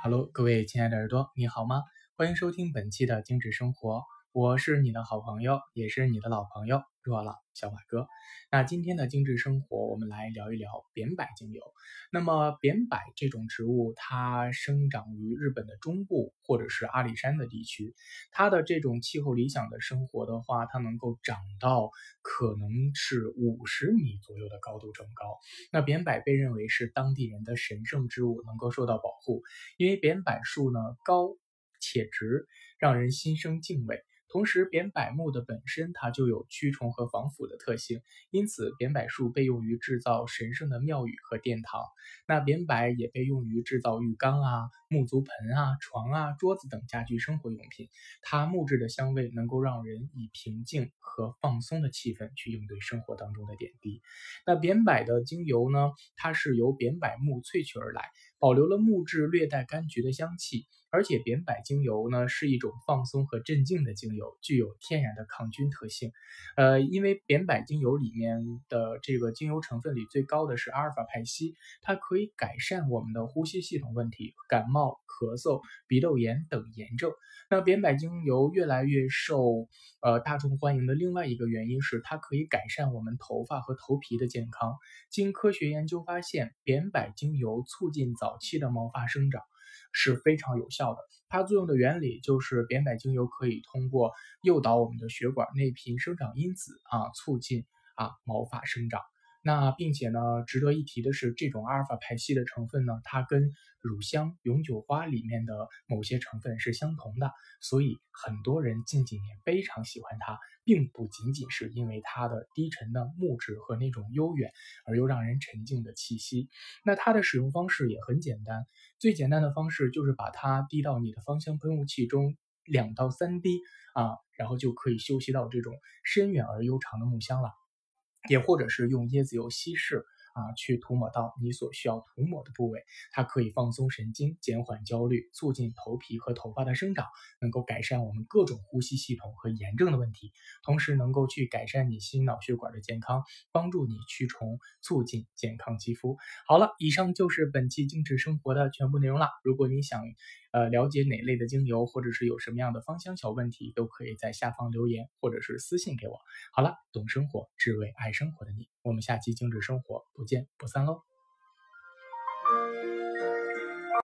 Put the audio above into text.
Hello，各位亲爱的耳朵，你好吗？欢迎收听本期的精致生活，我是你的好朋友，也是你的老朋友若老小马哥。那今天的精致生活，我们来聊一聊扁柏精油。那么扁柏这种植物，它生长于日本的中部或者是阿里山的地区。它的这种气候理想的生活的话，它能够长到可能是50米左右的高度这么高。那扁柏被认为是当地人的神圣之物，能够受到保护。因为扁柏树呢高且直，让人心生敬畏。同时，扁柏木的本身它就有驱虫和防腐的特性，因此扁柏树被用于制造神圣的庙宇和殿堂。那扁柏也被用于制造浴缸啊、木足盆啊、床啊、桌子等家居生活用品。它木质的香味能够让人以平静和放松的气氛去应对生活当中的点滴。那扁柏的精油呢，它是由扁柏木萃取而来，保留了木质略带柑橘的香气，而且扁柏精油呢是一种放松和镇静的精油，具有天然的抗菌特性。因为扁柏精油里面的这个精油成分里最高的是阿尔法蒎烯，它可以改善我们的呼吸系统问题，感冒、咳嗽、鼻窦炎等炎症。那扁柏精油越来越受大众欢迎的另外一个原因是，它可以改善我们头发和头皮的健康。经科学研究发现，扁柏精油促进早期的毛发生长是非常有效的。它作用的原理就是扁柏精油可以通过诱导我们的血管内皮生长因子促进毛发生长。那并且呢，值得一提的是，这种阿尔法蒎烯的成分呢，它跟乳香、永久花里面的某些成分是相同的，所以很多人近几年非常喜欢它，并不仅仅是因为它的低沉的木质和那种悠远而又让人沉静的气息。那它的使用方式也很简单，最简单的方式就是把它滴到你的芳香喷雾器中2到3滴然后就可以嗅吸到这种深远而悠长的木香了。也或者是用椰子油稀释去涂抹到你所需要涂抹的部位，它可以放松神经，减缓焦虑，促进头皮和头发的生长，能够改善我们各种呼吸系统和炎症的问题，同时能够去改善你心脑血管的健康，帮助你驱虫，促进健康肌肤。好了，以上就是本期精致生活的全部内容了。如果你想了解哪类的精油，或者是有什么样的芳香小问题，都可以在下方留言或者是私信给我。好了，懂生活，只为爱生活的你，我们下期精致生活不见不散喽。